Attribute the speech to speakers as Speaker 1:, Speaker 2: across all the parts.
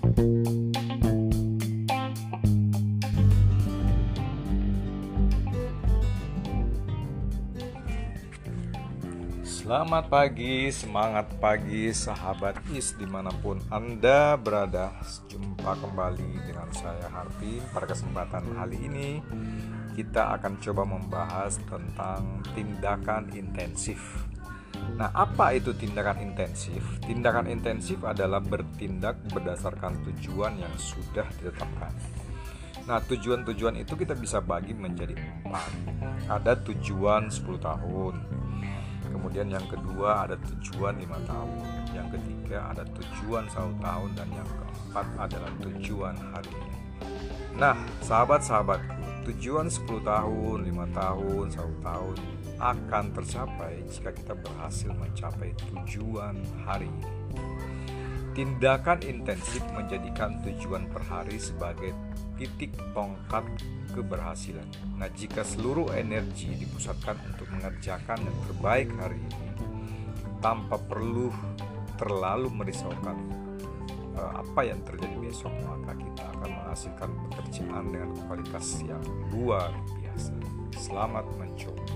Speaker 1: Selamat pagi, semangat pagi sahabat IS dimanapun Anda berada. Jumpa kembali dengan saya Harvin. Pada kesempatan kali ini kita akan coba membahas tentang tindakan intensif. Nah, apa itu tindakan intensif? Tindakan intensif adalah bertindak berdasarkan tujuan yang sudah ditetapkan. Nah, tujuan-tujuan itu kita bisa bagi menjadi 4. Ada tujuan 10 tahun. Kemudian yang kedua ada tujuan 5 tahun. Yang ketiga ada tujuan 1 tahun. Dan yang keempat adalah tujuan hari ini. Nah, sahabat-sahabatku, tujuan 10 tahun, 5 tahun, 1 tahun akan tercapai jika kita berhasil mencapai tujuan hari ini. Tindakan intensif menjadikan tujuan per hari sebagai titik tongkat keberhasilan. Nah, jika seluruh energi dipusatkan untuk mengerjakan yang terbaik hari ini tanpa perlu terlalu merisaukan apa yang terjadi besok, maka kita akan menghasilkan pekerjaan dengan kualitas yang luar biasa. Selamat mencoba.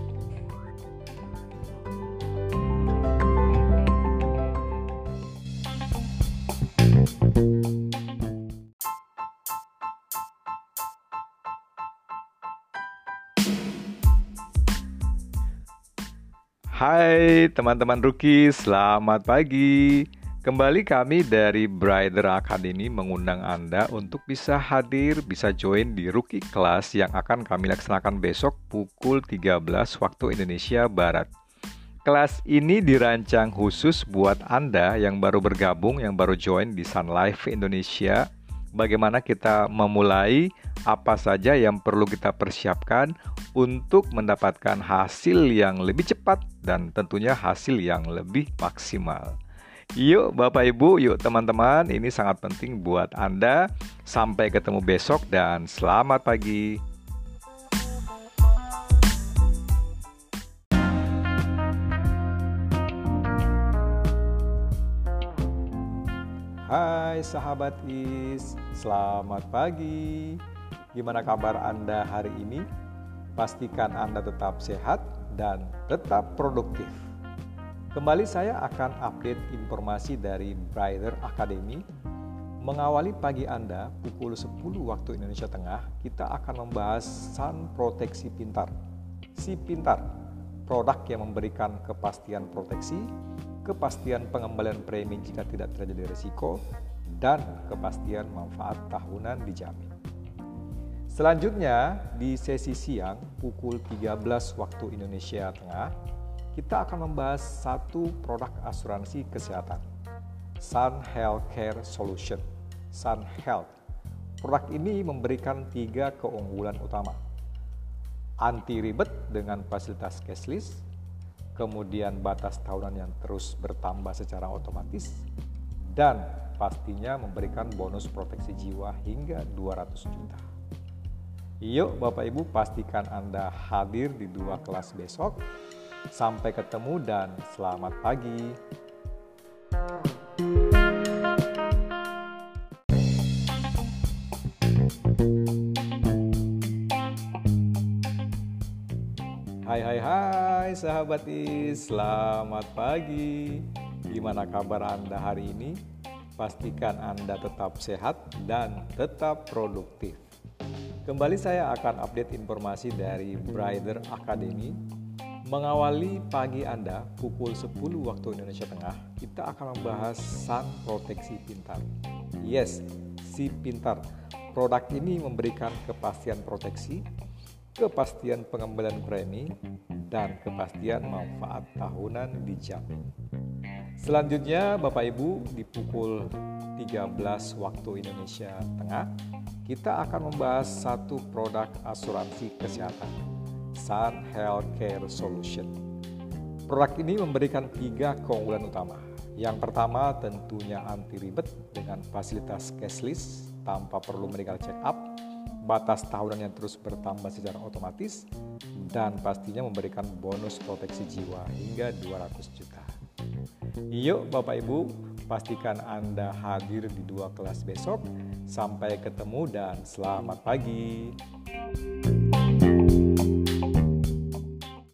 Speaker 1: Hai teman-teman rookie, selamat pagi. Kembali kami dari Brighter Academy mengundang Anda untuk bisa hadir, bisa join di rookie class yang akan kami laksanakan besok pukul 13 waktu Indonesia Barat. Kelas ini dirancang khusus buat Anda yang baru bergabung, yang baru join di Sun Life Indonesia. Bagaimana kita memulai, apa saja yang perlu kita persiapkan untuk mendapatkan hasil yang lebih cepat dan tentunya hasil yang lebih maksimal. Yuk Bapak Ibu, yuk teman-teman, ini sangat penting buat Anda. Sampai ketemu besok dan selamat pagi. Hai sahabat IS, selamat pagi. Gimana kabar Anda hari ini? Pastikan Anda tetap sehat dan tetap produktif. Kembali saya akan update informasi dari Brighter Academy. Mengawali pagi Anda pukul 10 waktu Indonesia Tengah, kita akan membahas Sun Proteksi Pintar. Si Pintar, produk yang memberikan kepastian proteksi, kepastian pengembalian premi jika tidak terjadi risiko, dan kepastian manfaat tahunan dijamin. Selanjutnya, di sesi siang pukul 13 waktu Indonesia Tengah, kita akan membahas satu produk asuransi kesehatan, Sun Healthcare Solution, Sun Health. Produk ini memberikan 3 keunggulan utama. Anti ribet dengan fasilitas cashless, kemudian batas tahunan yang terus bertambah secara otomatis, dan pastinya memberikan bonus proteksi jiwa hingga 200 juta. Yuk Bapak Ibu, pastikan Anda hadir di 2 kelas besok. Sampai ketemu dan selamat pagi. Hai sahabat IS, selamat pagi. Gimana kabar Anda hari ini? Pastikan Anda tetap sehat dan tetap produktif. Kembali saya akan update informasi dari Brighter Academy. Mengawali pagi Anda pukul 10 waktu Indonesia Tengah, kita akan membahas Sun Proteksi Pintar. Yes, si Pintar. Produk ini memberikan kepastian proteksi, kepastian pengembalian premi, dan kepastian manfaat tahunan dijamin. Selanjutnya Bapak Ibu, di pukul 13 waktu Indonesia Tengah, kita akan membahas satu produk asuransi kesehatan, Sun Healthcare Solution. Produk ini memberikan 3 keunggulan utama. Yang pertama tentunya anti ribet dengan fasilitas cashless tanpa perlu medical check up, batas tahunan yang terus bertambah secara otomatis, dan pastinya memberikan bonus proteksi jiwa hingga 200 juta. Yuk Bapak Ibu, Pastikan Anda hadir di 2 kelas besok. Sampai ketemu dan selamat pagi.